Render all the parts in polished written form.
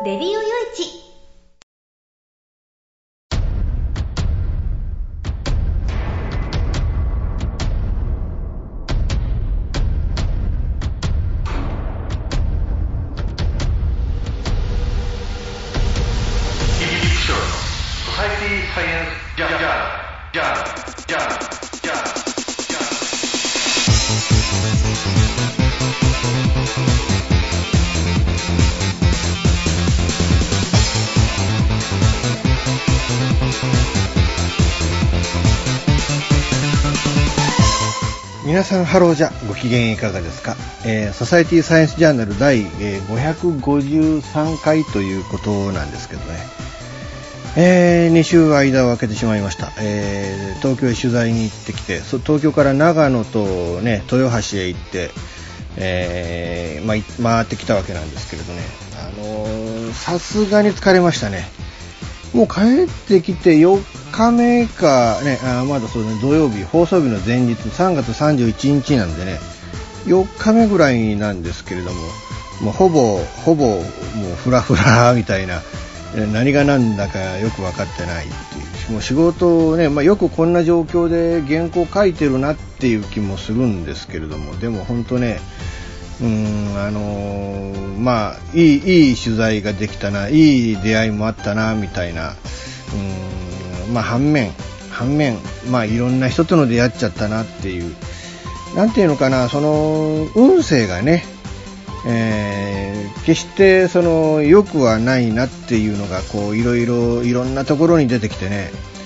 レディオよいち。 皆さんハローじゃご機嫌いかがですか。ソサエティサイエンスジャーナル第、553回ということなんですけどね、2週間を空けてしまいました。東京へ取材に行ってきて、東京から長野と、ね、豊橋へ行って、回ってきたわけなんですけれどね、さすがに疲れましたね。もう帰ってきて4日目かね、まだそうね、土曜日、放送日の前日、3月31日なんでね、4日目ぐらいなんですけれども、もうほぼもうフラフラみたいな、何が何だかよく分かってないっていう、もう仕事をね、よくこんな状況で原稿書いてるなっていう気もするんですけれども、でも本当ね、いい取材ができたな、いい出会いもあったなみたいな、反面、いろんな人との出会っちゃったなっていう、なんていうのかな、その運勢がね、決してその良くはないなっていうのがこういろんなところに出てきてね、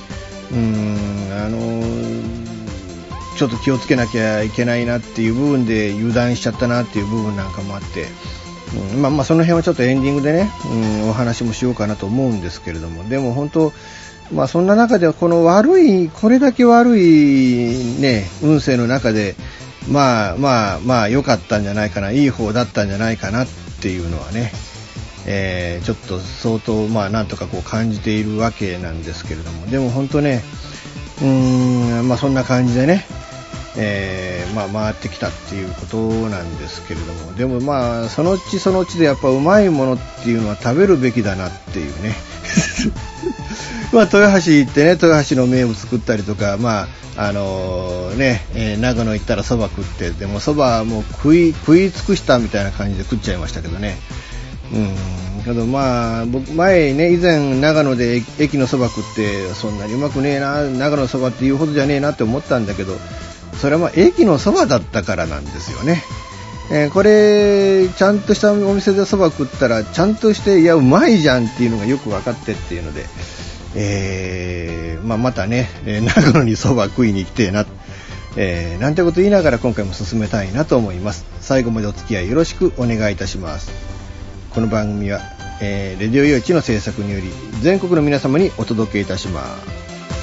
ちょっと気をつけなきゃいけないなっていう部分で油断しちゃったなっていう部分なんかもあって、その辺はちょっとエンディングでね、お話もしようかなと思うんですけれども、でも本当、そんな中でこのこれだけ悪いね運勢の中で良かったんじゃないかな、いい方だったんじゃないかなっていうのはね、ちょっと相当なんとかこう感じているわけなんですけれども、でも本当ね、そんな感じでね、回ってきたっていうことなんですけれども、でもそのうちでやっぱうまいものっていうのは食べるべきだなっていうね豊橋行ってね、豊橋の名物作ったりとか、長野行ったらそば食って、でもそばもう食い尽くしたみたいな感じで食っちゃいましたけどね。けど僕以前長野で駅のそば食ってそんなにうまくねえな、長野のそばっていうほどじゃねえなって思ったんだけど、それは駅のそばだったからなんですよね。これちゃんとしたお店でそば食ったらちゃんとして、いやうまいじゃんっていうのがよく分かってっていうので、またね、長野にそば食いに行きてえな、なんてこと言いながら今回も進めたいなと思います。最後までお付き合いよろしくお願いいたします。この番組は、レディオよいちの制作により全国の皆様にお届けいたします。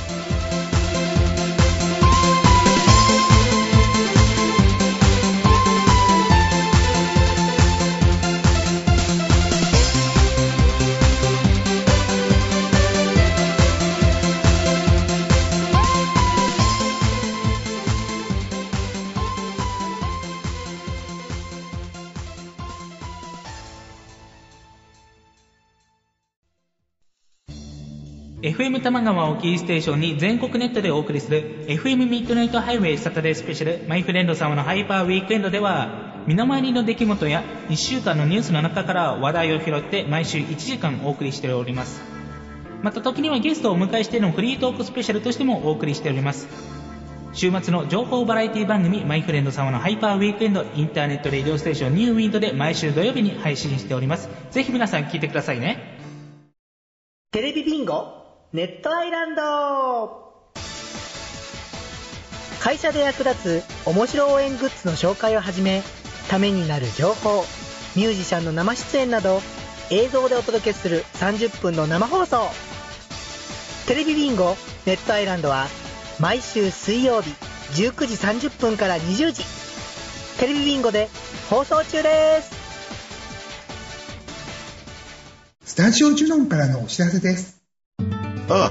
FM 多摩川をキーステーションに全国ネットでお送りする FM ミッドナイトハイウェイサタデースペシャルマイフレンド様のハイパーウィークエンドでは、身の回りの出来事や1週間のニュースの中から話題を拾って毎週1時間お送りしております。また時にはゲストをお迎えしてのフリートークスペシャルとしてもお送りしております。週末の情報バラエティ番組マイフレンド様のハイパーウィークエンド、インターネットレディオステーションニューウィンドで毎週土曜日に配信しております。ぜひ皆さん聞いてくださいね。 テレビビンゴネットアイランド。会社で役立つ面白応援グッズの紹介をはじめ、ためになる情報、ミュージシャンの生出演など映像でお届けする30分の生放送。テレビビンゴネットアイランドは毎週水曜日19時30分から20時テレビビンゴで放送中です。 スタジオジュノンからのお知らせです。 あ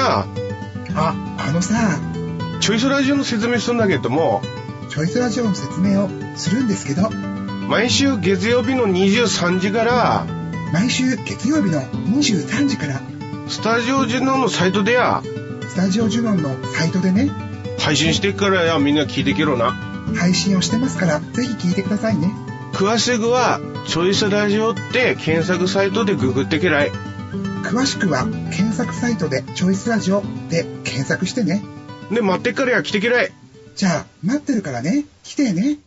のさ、 チョイスラジオの説明するんだけども、 チョイスラジオの説明をするんですけど、 毎週月曜日の23時から毎週月曜日の23時から。 スタジオジュノンのサイトでや。 スタジオジュノンのサイトでね。 配信してっからや、みんな聞いてけろな。 配信をしてますから、ぜひ聞いてくださいね。 詳しくは、チョイスラジオって検索サイトでググってけらい。 詳しくは、検索サイトでチョイスラジオで検索してね。 で、待ってっからや、来てけらい。 じゃあ、待ってるからね。来てね。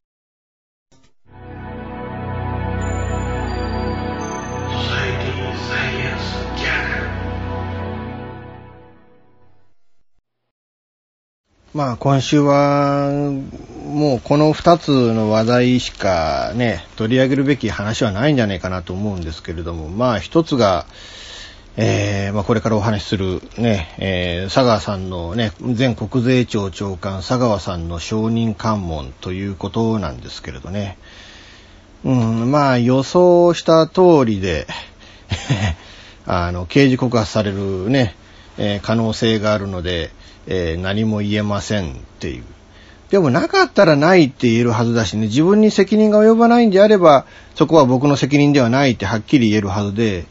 まあ今週はもうこの2つの話題しかね取り上げるべき話はないんじゃないかなと思うんですけれども、まあ一つが、まあこれからお話しするね、佐川さんのね前国税庁長官佐川さんの証人喚問ということなんですけれどね、まあ予想した通りで刑事告発されるね、可能性があるので、何も言えませんっていう。でもなかったらないって言えるはずだしね、自分に責任が及ばないんであれば、そこは僕の責任ではないってはっきり言えるはずで、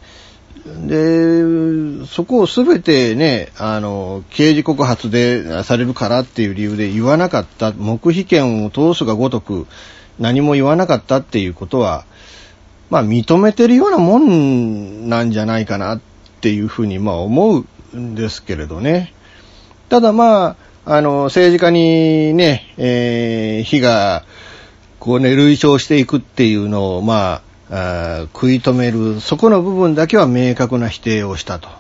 で、そこをすべてね、刑事告発でされるからっていう理由で言わなかった、黙秘権を通すがごとく何も言わなかったっていうことは、まあ認めてるようなもんなんじゃないかなっていうふうにまあ思うんですけれどね。ただまあ、政治家にね、火が、こうね、類焼していくっていうのを、まあ、食い止める、そこの部分だけは明確な否定をしたと。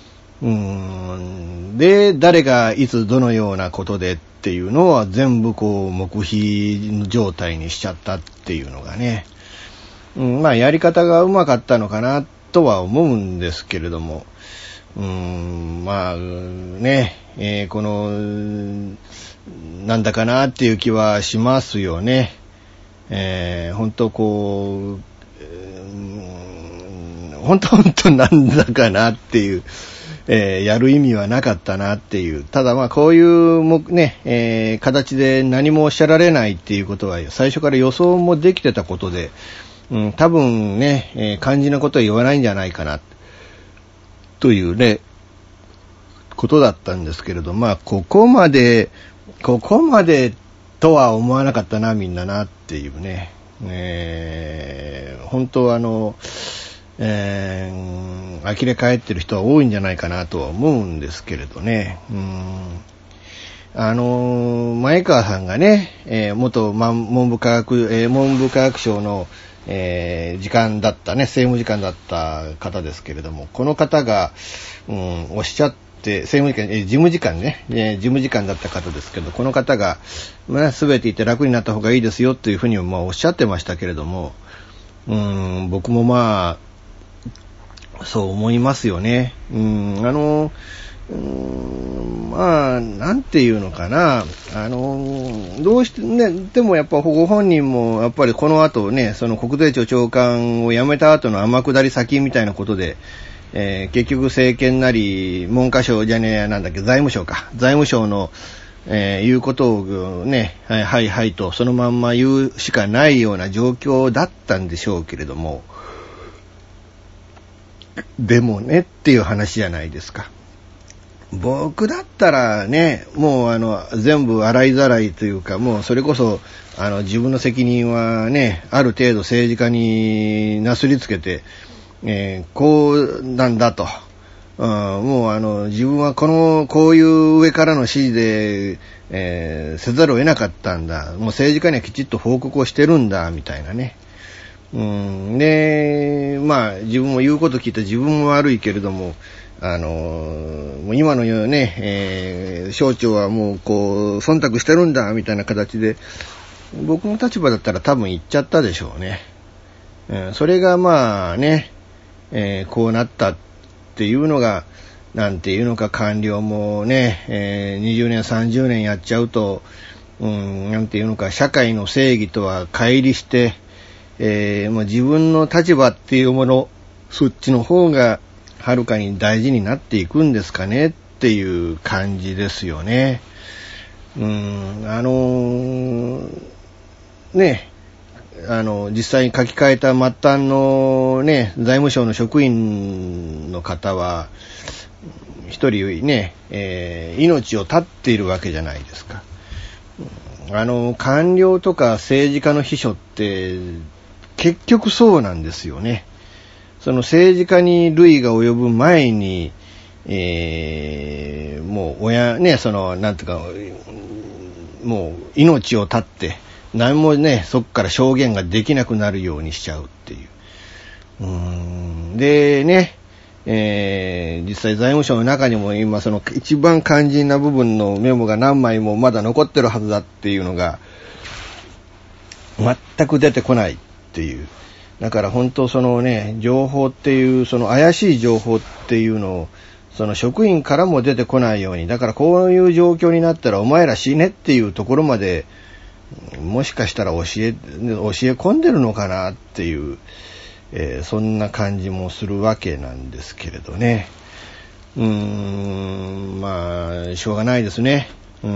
で、誰がいつどのようなことでっていうのは全部こう、黙秘状態にしちゃったっていうのがね、まあ、やり方がうまかったのかなとは思うんですけれども、まあね、このなんだかなっていう気はしますよね。本当こう、本当なんだかなっていう、やる意味はなかったなっていう。ただまあこういうね、形で何もおっしゃられないっていうことは最初から予想もできてたことで、多分ね、肝心なことは言わないんじゃないかなというね、ことだったんですけれど、まあ、ここまでとは思わなかったな、みんななっていうね。本当呆れ返ってる人は多いんじゃないかなとは思うんですけれどね。前川さんがね、元文部科学省の時間だったね、政務次官だった方ですけれども、この方が、おっしゃって、事務次官ね、事務次官だった方ですけど、この方が、まあ、全ていて楽になった方がいいですよっていうふうにまあおっしゃってましたけれども、僕もまあ、そう思いますよね。まあ、なんていうのかな、どうしてね、でもやっぱご本人もやっぱりこの後ね、その国税庁長官を辞めた後の天下り先みたいなことで、結局政権なり文科省じゃねえなんだっけ、財務省の、言うことをね、はいとそのまんま言うしかないような状況だったんでしょうけれども、でもねっていう話じゃないですか。僕だったらね、もう全部洗いざらいというか、もうそれこそ自分の責任はね、ある程度政治家になすりつけて、こうなんだと、もう自分はこういう上からの指示で、せざるを得なかったんだ、もう政治家にはきちっと報告をしてるんだみたいなね。で、まあ自分も言うこと聞いて自分も悪いけれども、もう今のようね、省庁はもうこう忖度してるんだみたいな形で、僕の立場だったら多分言っちゃったでしょうね。それがまあね、こうなったっていうのが、なんていうのか、官僚もね、20年30年やっちゃうと、なんていうのか、社会の正義とは乖離して、もう自分の立場っていうもの、そっちの方がはるかに大事になっていくんですかねっていう感じですよね。ね、 実際に書き換えた末端のね、財務省の職員の方は、一人ね、命を絶っているわけじゃないですか。官僚とか政治家の秘書って、結局そうなんですよね。その政治家に類が及ぶ前に、もうなんていうか、もう命を絶って、何もね、そこから証言ができなくなるようにしちゃうっていう。でね、実際財務省の中にも今その一番肝心な部分のメモが何枚もまだ残ってるはずだっていうのが全く出てこないっていう。だから本当そのね、情報っていうその怪しい情報っていうのをその職員からも出てこないように、だからこういう状況になったらお前ら死ねっていうところまでもしかしたら教え込んでるのかなっていう、そんな感じもするわけなんですけれどね。まあしょうがないですね。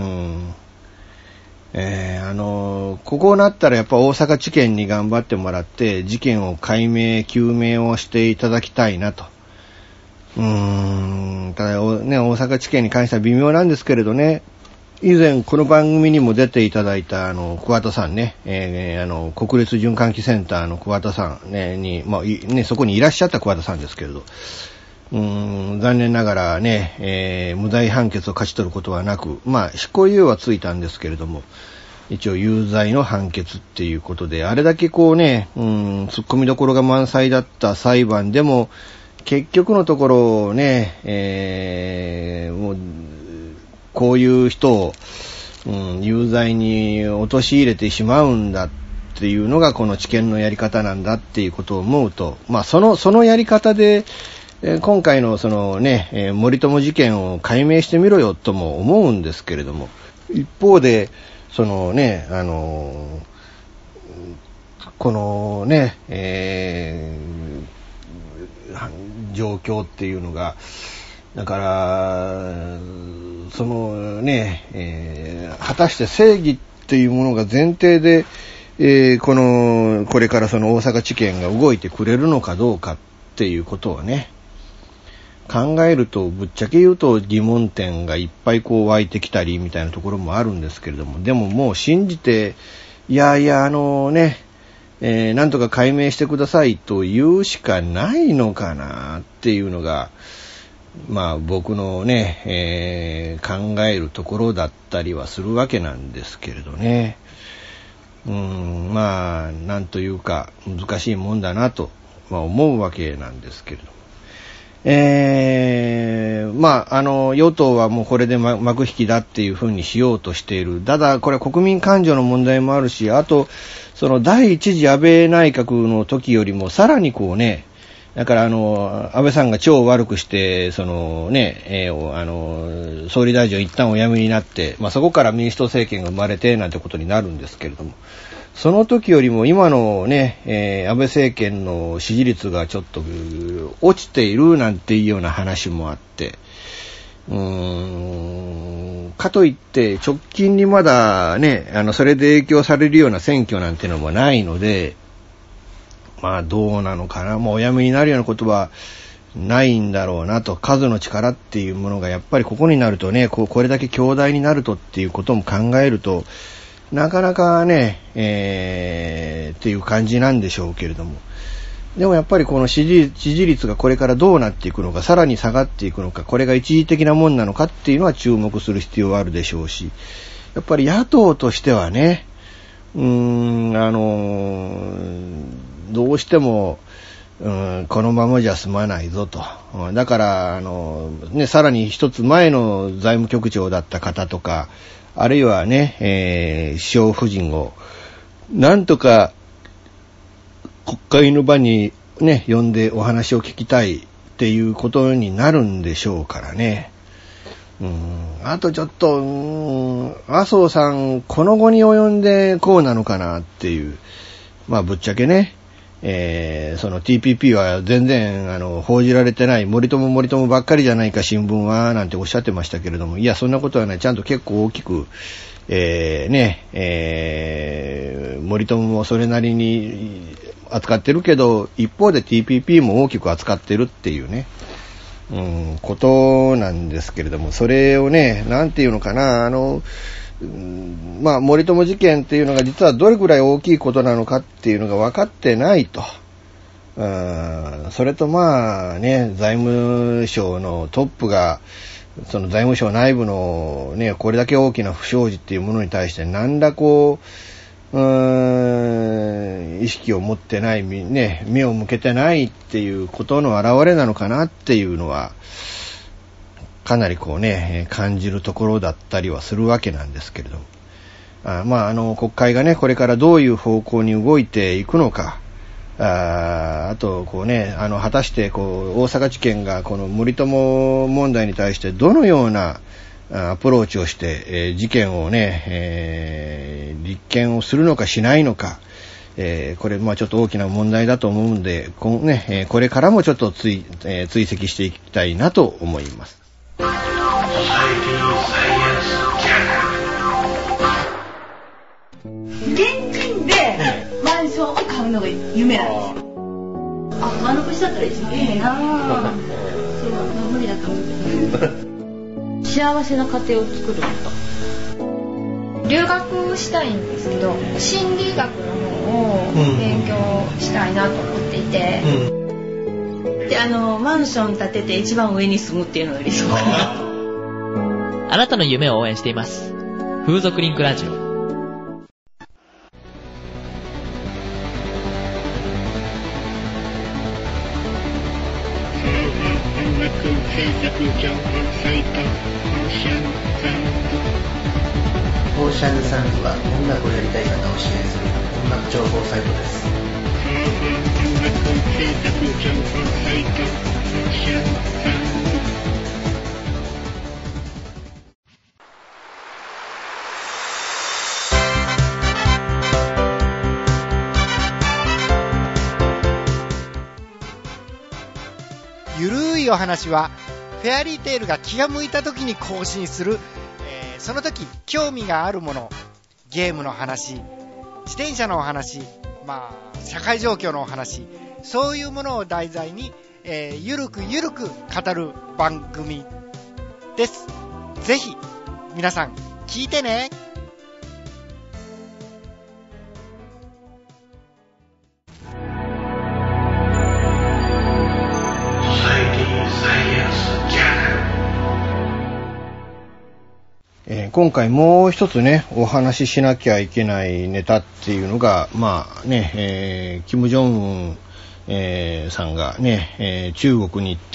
ここになったらやっぱ大阪地検に頑張ってもらって事件を解明究明をしていただきたいなと。ただね、大阪地検に関しては微妙なんですけれどね。以前この番組にも出ていただいた桑田さんね、国立循環器センターの桑田さん、ね、に、まあね、そこにいらっしゃった桑田さんですけれど、残念ながらね、無罪判決を勝ち取ることはなく、まあ執行猶予はついたんですけれども、一応有罪の判決っていうことで、あれだけこうね、突っ込みどころが満載だった裁判でも結局のところね、もうこういう人を、有罪に陥れてしまうんだっていうのがこの知見のやり方なんだっていうことを思うと、まあそのやり方で、今回のそのね、森友事件を解明してみろよとも思うんですけれども、一方でそのね、このね、状況っていうのが、だからそのね、果たして正義っていうものが前提で、これからその大阪地検が動いてくれるのかどうかっていうことをね、考えるとぶっちゃけ言うと疑問点がいっぱいこう湧いてきたりみたいなところもあるんですけれども、でももう信じてなんとか解明してくださいと言うしかないのかなっていうのが、まあ僕のね、考えるところだったりはするわけなんですけれどね。まあなんというか難しいもんだなと、思うわけなんですけれども。与党はもうこれで幕引きだっていうふうにしようとしている。ただこれは国民感情の問題もあるし、あとその第一次安倍内閣の時よりもさらにこうね、だから安倍さんが超悪くしてそのね、総理大臣を一旦お辞めになって、そこから民主党政権が生まれてなんてことになるんですけれども、その時よりも今のね、安倍政権の支持率がちょっと落ちているなんていうような話もあって、かといって直近にまだね、それで影響されるような選挙なんてのもないので、どうなのかな、もうお辞めになるようなことはないんだろうなと。数の力っていうものがやっぱりここになるとね、これだけ強大になるとっていうことも考えると、なかなかね、っていう感じなんでしょうけれども。でもやっぱりこの支持率がこれからどうなっていくのか、さらに下がっていくのか、これが一時的なもんなのかっていうのは注目する必要はあるでしょうし、やっぱり野党としてはね、どうしても、このままじゃ済まないぞと。だから、さらに一つ前の財務局長だった方とか、あるいはね、首相夫人を、なんとか国会の場にね、呼んでお話を聞きたいっていうことになるんでしょうからね。あとちょっと、麻生さん、この後に及んでこうなのかなっていう、ぶっちゃけね、 その TPP は全然報じられてない、森友ばっかりじゃないか新聞はなんておっしゃってましたけれども、いやそんなことはない、ちゃんと結構大きく、森友もそれなりに扱ってるけど、一方で TPP も大きく扱ってるっていうね、ことなんですけれども、それをね、なんていうのかな、まあ、森友事件っていうのが実はどれくらい大きいことなのかっていうのが分かってないと。それとまあね、財務省のトップが、その財務省内部のね、これだけ大きな不祥事っていうものに対して何らこう、意識を持ってない、ね、目を向けてないっていうことの表れなのかなっていうのは、かなりこうね、感じるところだったりはするわけなんですけれども。まあ、国会がね、これからどういう方向に動いていくのか、あと、こうね、果たして、こう、大阪地検がこの森友問題に対してどのようなアプローチをして、事件をね、立件をするのかしないのか、これ、まあちょっと大きな問題だと思うんで、これからもちょっと追跡していきたいなと思います。 現金でマンションを買うのが夢なんですよ。満足しちゃったら一番いいな。そう、無理だと思うけど。幸せな家庭を作ること。 留学したいんですけど、心理学の方を勉強したいなと思っていて。 で、マンション建てて一番上に住むっていうのが理想かな。 あなたの夢を応援しています。風俗リンクラジオ。 オーシャンズサンズは音楽をやりたい方を支援する音楽情報サイトです。 ゆるいお話はフェアリーテールが気が向いた時に更新する、その時興味があるもの、ゲームの話、自転車のお話、まあ社会状況のお話、そういうものを題材に、ゆるく語る番組です。ぜひ皆さん聞いてね。 今回もう一つね、お話ししなきゃいけないネタっていうのが、まあね、キム・ジョンウン、さんがね、中国に行って、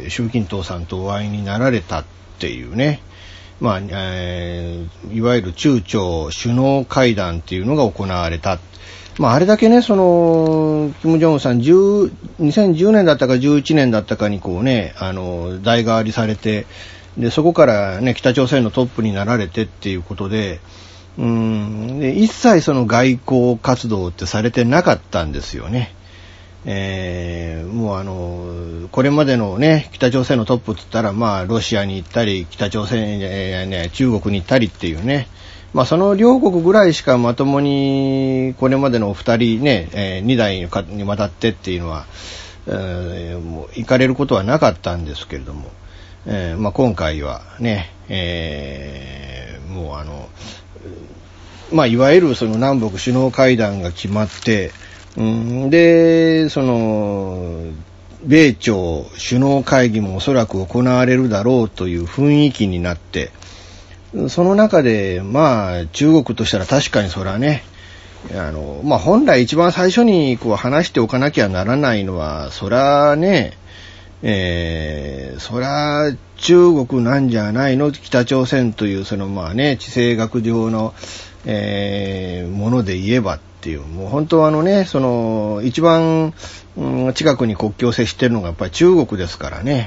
習近平さんとお会いになられたっていうね、まあ、いわゆる中朝首脳会談っていうのが行われた。まあ、あれだけね、その、キム・ジョンウンさん、2010年だったか11年だったかにこうね、代替わりされて、で、そこからね、北朝鮮のトップになられてっていうことで、で一切その外交活動ってされてなかったんですよね。もうこれまでのね、北朝鮮のトップって言ったら、まあ、ロシアに行ったり、北朝鮮、中国に行ったりっていうね、まあ、その両国ぐらいしかまともに、これまでのお二人ね、2代にわたってっていうのは、もう行かれることはなかったんですけれども、まあ、今回はね、もうまあ、いわゆるその南北首脳会談が決まって、で、その、米朝首脳会議もおそらく行われるだろうという雰囲気になって、その中で、まあ、中国としたら確かにそれはね、まあ、本来一番最初にこう話しておかなきゃならないのは、そりゃね、そりゃ中国なんじゃないの、北朝鮮というそのまあね、地政学上の、もので言えばっていう、もう本当はね、その一番、近くに国境を接しているのがやっぱり中国ですからね。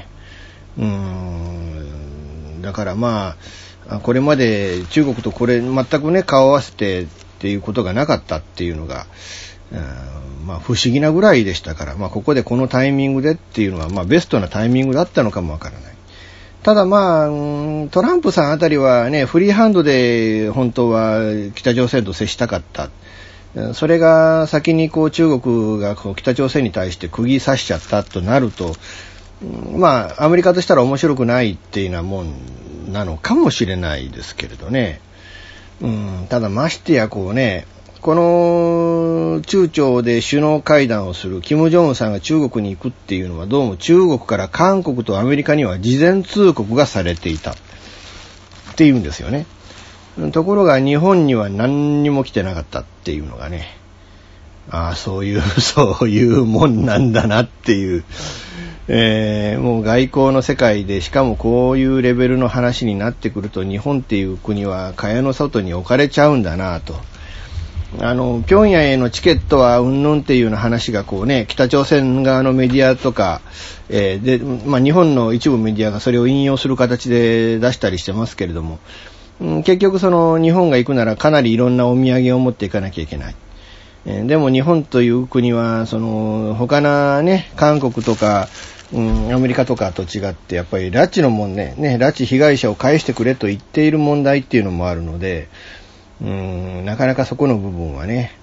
だからまあ、これまで中国とこれ全くね、顔を合わせてっていうことがなかったっていうのが、 まあ不思議なぐらいでしたから、まあここでこのタイミングでっていうのは、まあベストなタイミングだったのかもわからない。ただまあ、トランプさんあたりはね、フリーハンドで本当は北朝鮮と接したかった。それが先にこう中国がこう北朝鮮に対して釘刺しちゃったとなると、まあアメリカとしたら面白くないっていうようなもんなのかもしれないですけれどね。ただましてやこうね、この中朝で首脳会談をする金正恩さんが中国に行くっていうのはどうも中国から韓国とアメリカには事前通告がされていたっていうんですよね。ところが日本には何にも来てなかったっていうのがね、そういうもんなんだなっていう、もう外交の世界でしかもこういうレベルの話になってくると日本っていう国は蚊帳の外に置かれちゃうんだなと。平壌へのチケットはうんぬんっていうような話がこうね、北朝鮮側のメディアとか、で、まあ日本の一部メディアがそれを引用する形で出したりしてますけれども、結局その日本が行くならかなりいろんなお土産を持っていかなきゃいけない。でも日本という国はその他のね、韓国とか、アメリカとかと違ってやっぱり拉致の問題ね、拉致被害者を返してくれと言っている問題っていうのもあるので、なかなかそこの部分はね、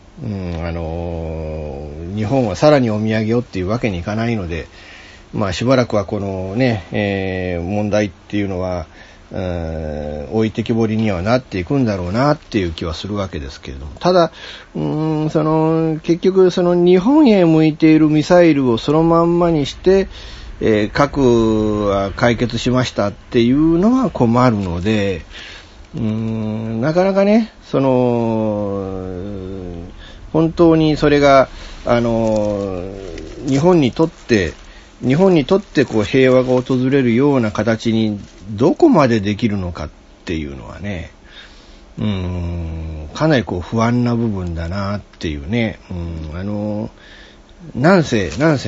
日本はさらにお土産をっていうわけにいかないので、まあしばらくはこのね、問題っていうのは、置いてきぼりにはなっていくんだろうなっていう気はするわけですけれども、ただ、結局その日本へ向いているミサイルをそのまんまにして、核は解決しましたっていうのは困るので、なかなかね、本当にそれが、日本にとってこう平和が訪れるような形にどこまでできるのかっていうのはね、かなりこう不安な部分だなっていうね、なんせ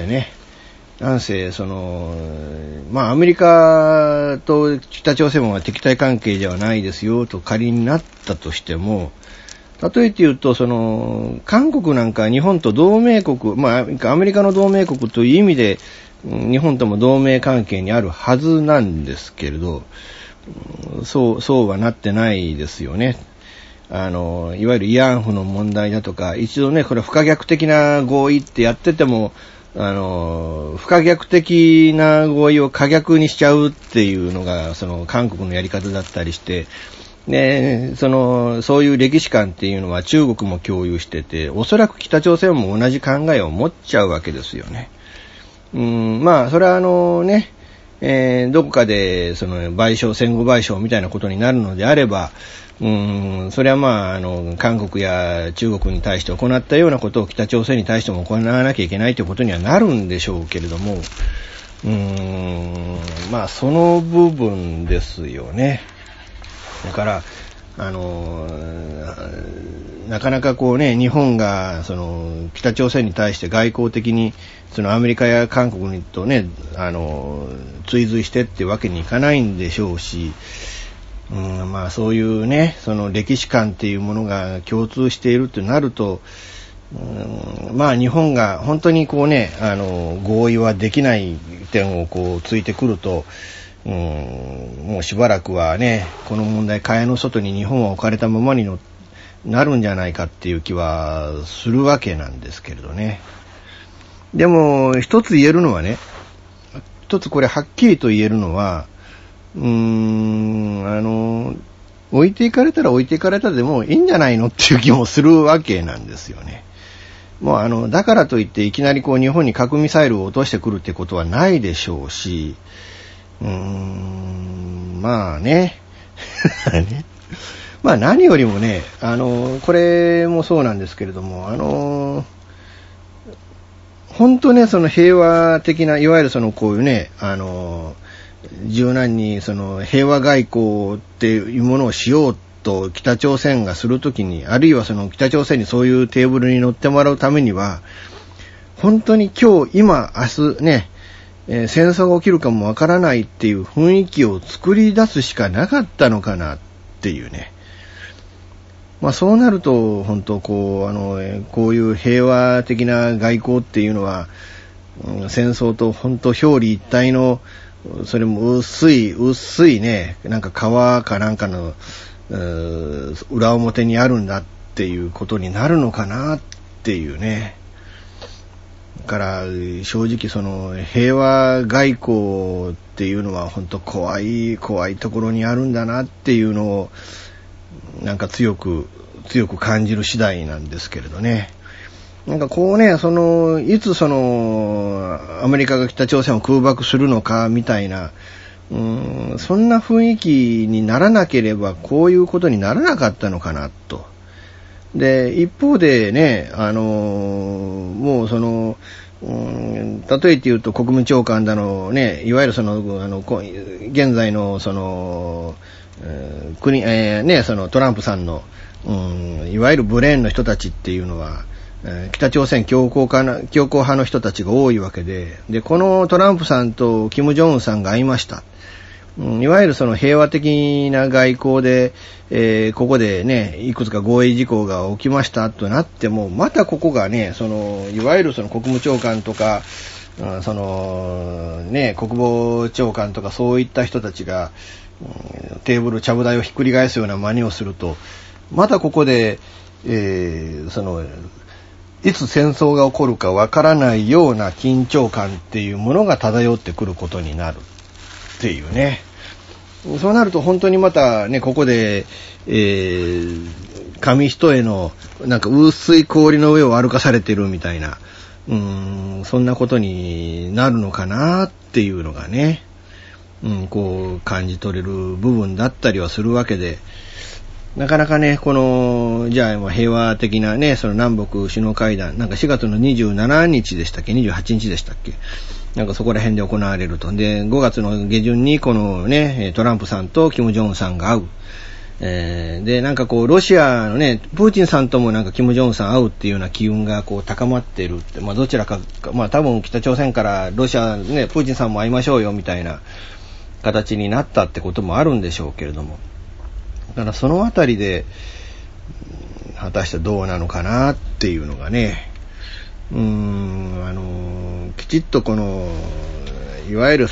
まあアメリカと北朝鮮は敵対関係ではないですよと仮になったとしても、例えて言うと韓国なんか日本と同盟国、まあアメリカの同盟国という意味で日本とも同盟関係にあるはずなんですけれど、そうはなってないですよね。いわゆる慰安婦の問題だとか、一度ね、これ不可逆的な合意ってやってても、不可逆的な合意を可逆にしちゃうっていうのが、韓国のやり方だったりして、で、そういう歴史観っていうのは中国も共有してて、おそらく北朝鮮も同じ考えを持っちゃうわけですよね。まあ、それはどこかで、戦後賠償みたいなことになるのであれば、それはまあ、韓国や中国に対して行ったようなことを北朝鮮に対しても行わなきゃいけないということにはなるんでしょうけれども、まあ、その部分ですよね。だから、なかなかこうね、日本が、北朝鮮に対して外交的に、アメリカや韓国とね、追随してってわけにいかないんでしょうし、まあそういうね、歴史観っていうものが共通しているとなると、まあ日本が本当にこうね、合意はできない点をこうついてくると、もうしばらくはね、この問題、蚊帳の外に日本は置かれたままになるんじゃないかっていう気はするわけなんですけれどね。でも、一つ言えるのはね、一つこれはっきりと言えるのは、置いていかれたら置いていかれたでもいいんじゃないのっていう気もするわけなんですよね。もうだからといっていきなりこう日本に核ミサイルを落としてくるってことはないでしょうし、まあね。まあ何よりもね、これもそうなんですけれども、本当ね、平和的な、いわゆるこういうね、柔軟に平和外交っていうものをしようと北朝鮮がするときに、あるいは北朝鮮にそういうテーブルに乗ってもらうためには、本当に今日、今、明日ね、戦争が起きるかもわからないっていう雰囲気を作り出すしかなかったのかなっていうね。 そうなると本当こういう平和的な外交っていうのは、戦争と本当表裏一体の、それも薄いね、なんか川かなんかの裏表にあるんだっていうことになるのかなっていうね。だから正直その平和外交っていうのは本当怖いところにあるんだなっていうのをなんか強く感じる次第なんですけれどね。なんかこうね、いつアメリカが北朝鮮を空爆するのかみたいな、そんな雰囲気にならなければこういうことにならなかったのかなと。で、一方でね、もう例えて言うと国務長官だのね、いわゆる現在の国、トランプさんの、いわゆるブレーンの人たちっていうのは、北朝鮮強硬派の人たちが多いわけで、このトランプさんとキム・ジョンウンさんが会いました。いわゆる平和的な外交で、ここでね、いくつか合意事項が起きましたとなっても、またここがね、いわゆる国務長官とか、ね、国防長官とかそういった人たちが、テーブル、ちゃぶ台をひっくり返すような真似をすると、またここで、いつ戦争が起こるかわからないような緊張感っていうものが漂ってくることになるっていうね。そうなると本当にまたね、ここで、紙一重のなんか薄い氷の上を歩かされてるみたいな、そんなことになるのかなっていうのがね、こう感じ取れる部分だったりはするわけで、なかなかね、じゃあ平和的なね、南北首脳会談、なんか4月の27日でしたっけ、28日でしたっけ、なんかそこら辺で行われると。で、5月の下旬にこのね、トランプさんとキム・ジョンウンさんが会う。で、なんかロシアのね、プーチンさんともなんかキム・ジョンウンさん会うっていうような機運が高まっているって、どちらか、多分北朝鮮からロシアね、プーチンさんも会いましょうよみたいな形になったってこともあるんでしょうけれども。だからそのあたりで、果たしてどうなのかなっていうのがね、きちっといわゆる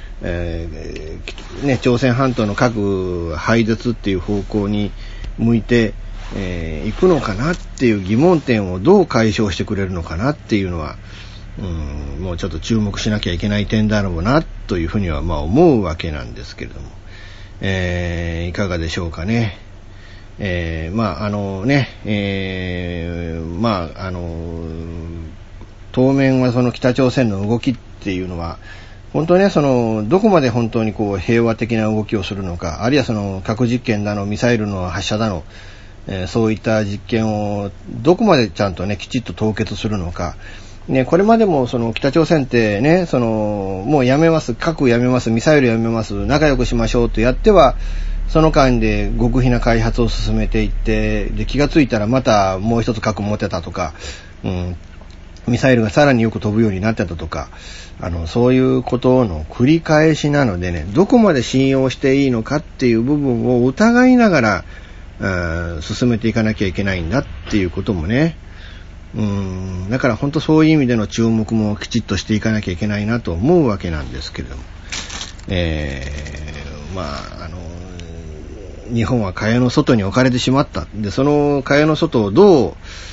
ね、朝鮮半島の核廃絶っていう方向に向いて、いくのかなっていう疑問点をどう解消してくれるのかなっていうのは、もうちょっと注目しなきゃいけない点だろうなというふうには思うわけなんですけれども、いかがでしょうかね。当面は北朝鮮の動きっていうのは本当ね、どこまで本当に平和的な動きをするのか、あるいは核実験だのミサイルの発射だの、そういった実験をどこまでちゃんとねきちっと凍結するのかね。これまでも北朝鮮ってね、もうやめます、核やめます、ミサイルやめます、仲良くしましょうとやっては、その間で極秘な開発を進めていって、で気がついたらまたもう一つ核持ってたとか、ミサイルがさらによく飛ぶようになってたとか、そういうことの繰り返しなのでね、どこまで信用していいのかっていう部分を疑いながら進めていかなきゃいけないんだっていうこともね、だから本当そういう意味での注目もきちっとしていかなきゃいけないなと思うわけなんですけれども、日本は蚊帳の外に置かれてしまった。で、その蚊帳の外をどう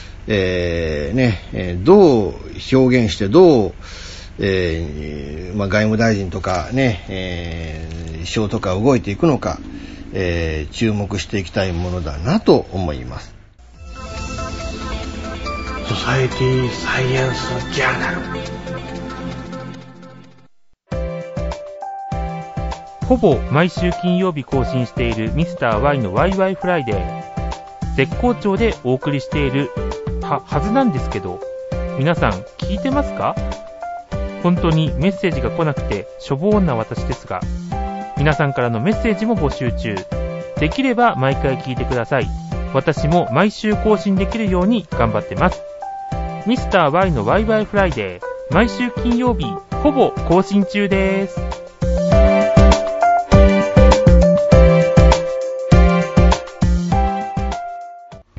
どう表現してどう、外務大臣とかね、首相とか動いていくのか、注目していきたいものだなと思います。 ソサエティサイエンスジャーナル。 ほぼ毎週金曜日更新しているミスター Y のワイワイフライデー。絶好調でお送りしているはずなんですけど、皆さん聞いてますか？本当にメッセージが来なくてしょぼーんな私ですが、皆さんからのメッセージも募集中。できれば毎回聞いてください。私も毎週更新できるように頑張ってます。ミスター Y のワイワイフライデー、毎週金曜日ほぼ更新中です。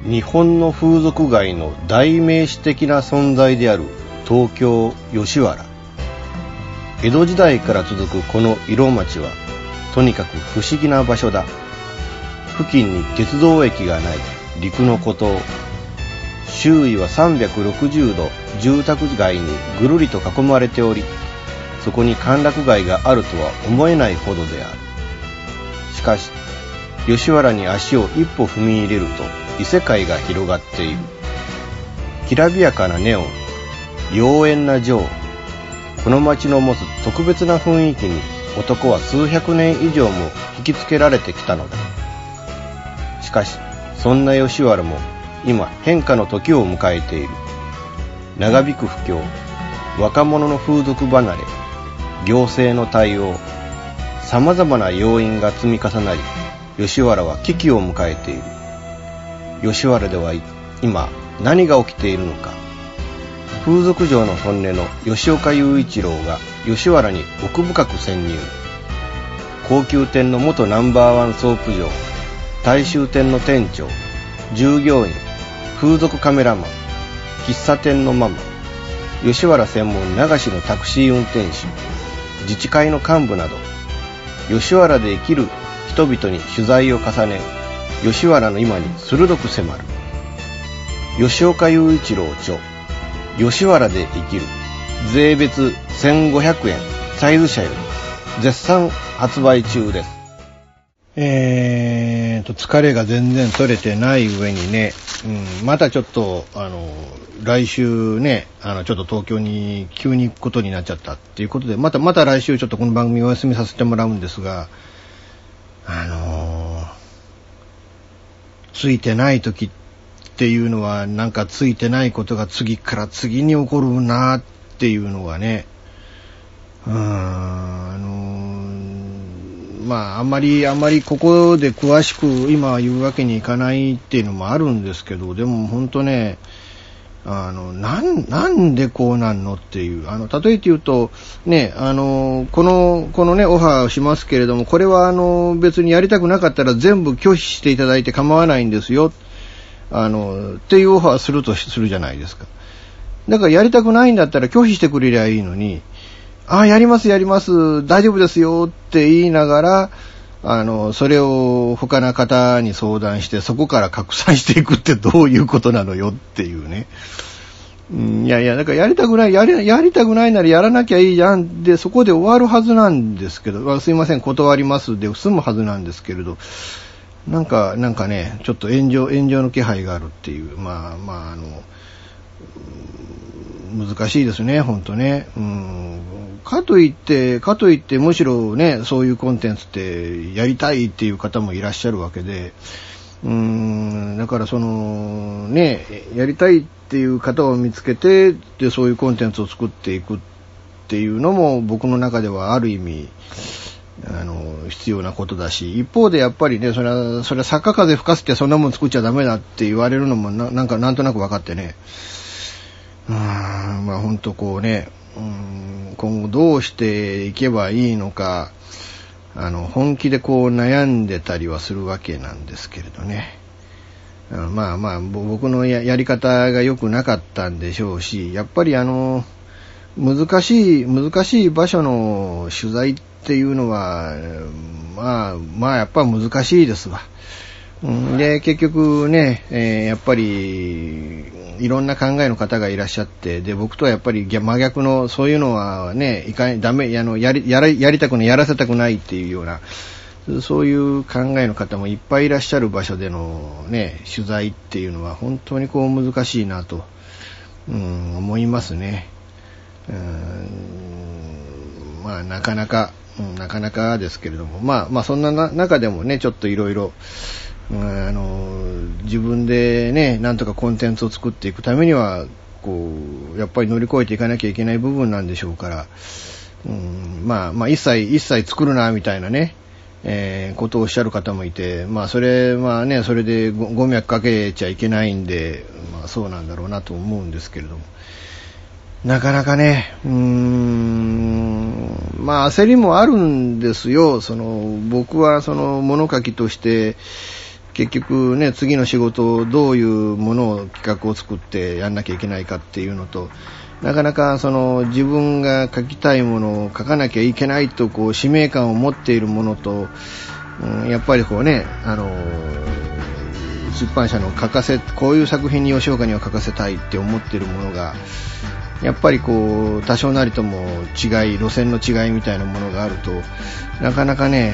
日本の風俗街の代名詞的な存在である東京吉原。江戸時代から続くこの色町はとにかく不思議な場所だ。付近に鉄道駅がない陸の孤島。周囲は360度住宅街にぐるりと囲まれており、そこに歓楽街があるとは思えないほどである。しかし吉原に足を一歩踏み入れると異世界が広がっている。きらびやかなネオン、妖艶な情、この街の持つ特別な雰囲気に男は数百年以上も引きつけられてきたのだ。しかしそんな吉原も今変化の時を迎えている。長引く不況、若者の風俗離れ、行政の対応、さまざまな要因が積み重なり、吉原は危機を迎えている。吉原では今何が起きているのか。風俗嬢の本音の吉岡雄一郎が吉原に奥深く潜入。高級店の元ナンバーワンソープ嬢、大衆店の店長、従業員、風俗カメラマン、喫茶店のママ、吉原専門流しのタクシー運転手、自治会の幹部など、吉原で生きる人々に取材を重ね、吉原の今に鋭く迫る。吉岡雄一郎著、吉原で生きる、税別1500円、サイズ社より絶賛発売中です。 疲れが全然取れてない上にね、またちょっと来週ね、ちょっと東京に急に行くことになっちゃったっていうことで、また来週ちょっとこの番組お休みさせてもらうんですが、ついてない時っていうのはなんかついてないことが次から次に起こるなっていうのがね、まああんまりここで詳しく今言うわけにいかないっていうのもあるんですけど、でも本当ね、なんでこうなんのっていう、例えて言うとね、このねオファーをしますけれども、これは別にやりたくなかったら全部拒否していただいて構わないんですよっていうオファーするとするじゃないですか。だからやりたくないんだったら拒否してくれりゃいいのに、やります大丈夫ですよって言いながらそれを他の方に相談してそこから拡散していくってどういうことなのよっていうね。いやだからやりたくないならやらなきゃいいじゃんで、そこで終わるはずなんですけど、すいません断りますで済むはずなんですけれど、なんかね、ちょっと炎上の気配があるっていう、難しいですね、本当ね。かといってむしろね、そういうコンテンツってやりたいっていう方もいらっしゃるわけで、だからね、やりたいっていう方を見つけて、でそういうコンテンツを作っていくっていうのも僕の中ではある意味必要なことだし、一方でやっぱりね、それは作家風吹かせてそんなもん作っちゃダメだって言われるのもなんとなく分かってね、本当こうね、今後どうしていけばいいのか本気でこう悩んでたりはするわけなんですけれどね。僕の やり方が良くなかったんでしょうし、やっぱり難しい場所の取材っていうのはやっぱ難しいですわ。で結局ね、やっぱりいろんな考えの方がいらっしゃって、で僕とはやっぱり真逆の、そういうのはねダメ、やりたくない、やらせたくないっていうような、そういう考えの方もいっぱいいらっしゃる場所でのね取材っていうのは本当にこう難しいなと、思いますね。なかなかですけれども、そんな中でもね、ちょっといろいろ自分でねなんとかコンテンツを作っていくためにはやっぱり乗り越えていかなきゃいけない部分なんでしょうから、一切作るなみたいなね、ことをおっしゃる方もいて、それでご迷惑かけちゃいけないんで、そうなんだろうなと思うんですけれども、なかなかね、焦りもあるんですよ。僕は物書きとして結局ね、次の仕事をどういうものを企画を作ってやんなきゃいけないかっていうのと、なかなかその自分が書きたいものを書かなきゃいけないとこう使命感を持っているものと、やっぱりこうね、出版社のこういう作品に吉岡には書かせたいって思っているものが、やっぱりこう多少なりとも路線の違いみたいなものがあると、なかなかね、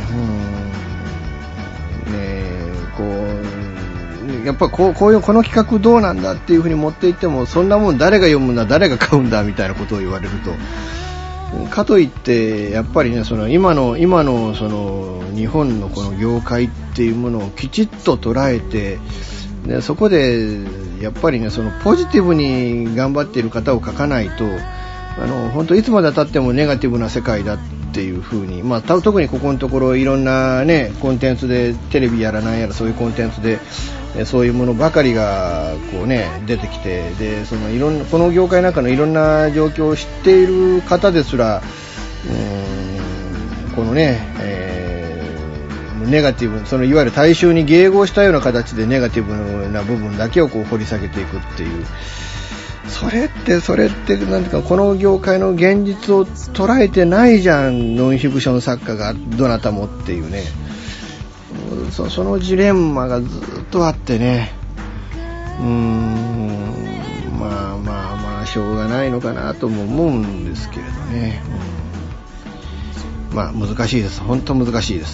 やっぱこの企画どうなんだっていうふうに持っていっても、そんなもん誰が読むんだ、誰が買うんだみたいなことを言われると、かといってやっぱりね、その今のその日本のこの業界っていうものをきちっと捉えて、でそこでやっぱりね、そのポジティブに頑張っている方を書かないと、本当いつまで経ってもネガティブな世界だっていう風に、特にここのところいろんなねコンテンツで、テレビやらなんやらそういうコンテンツでそういうものばかりがこうね出てきて、でそのこの業界の中のいろんな状況を知っている方ですら、このね、ネガティブ、そのいわゆる大衆に迎合したような形でネガティブな部分だけをこう掘り下げていくっていう、それってなんていうか、この業界の現実を捉えてないじゃん、ノンフィクション作家がどなたもっていうね、そのジレンマがずっとあってね、しょうがないのかなとも思うんですけれどね、難しいです、本当難しいです、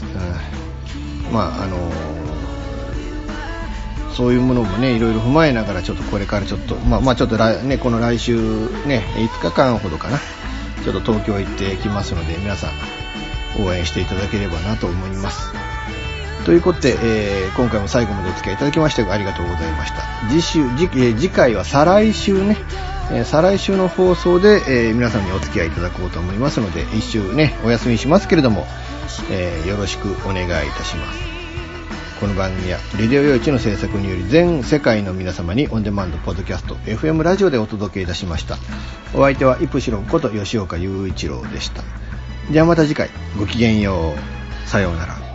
そういうものもねいろいろ踏まえながら、ちょっとこれからちょっとこの来週ね5日間ほどかな、ちょっと東京行ってきますので、皆さん応援していただければなと思います。ということで、今回も最後までお付き合いいただきましてありがとうございました。次回は再来週ね、再来週の放送で、皆さんにお付き合いいただこうと思いますので、一週ねお休みしますけれども、よろしくお願いいたします。この番組はレディオ用地の制作により全世界の皆様にオンデマンドポッドキャスト FM ラジオでお届けいたしました。お相手はイプシロンこと吉岡雄一郎でした。ではまた次回、ごきげんよう。さようなら。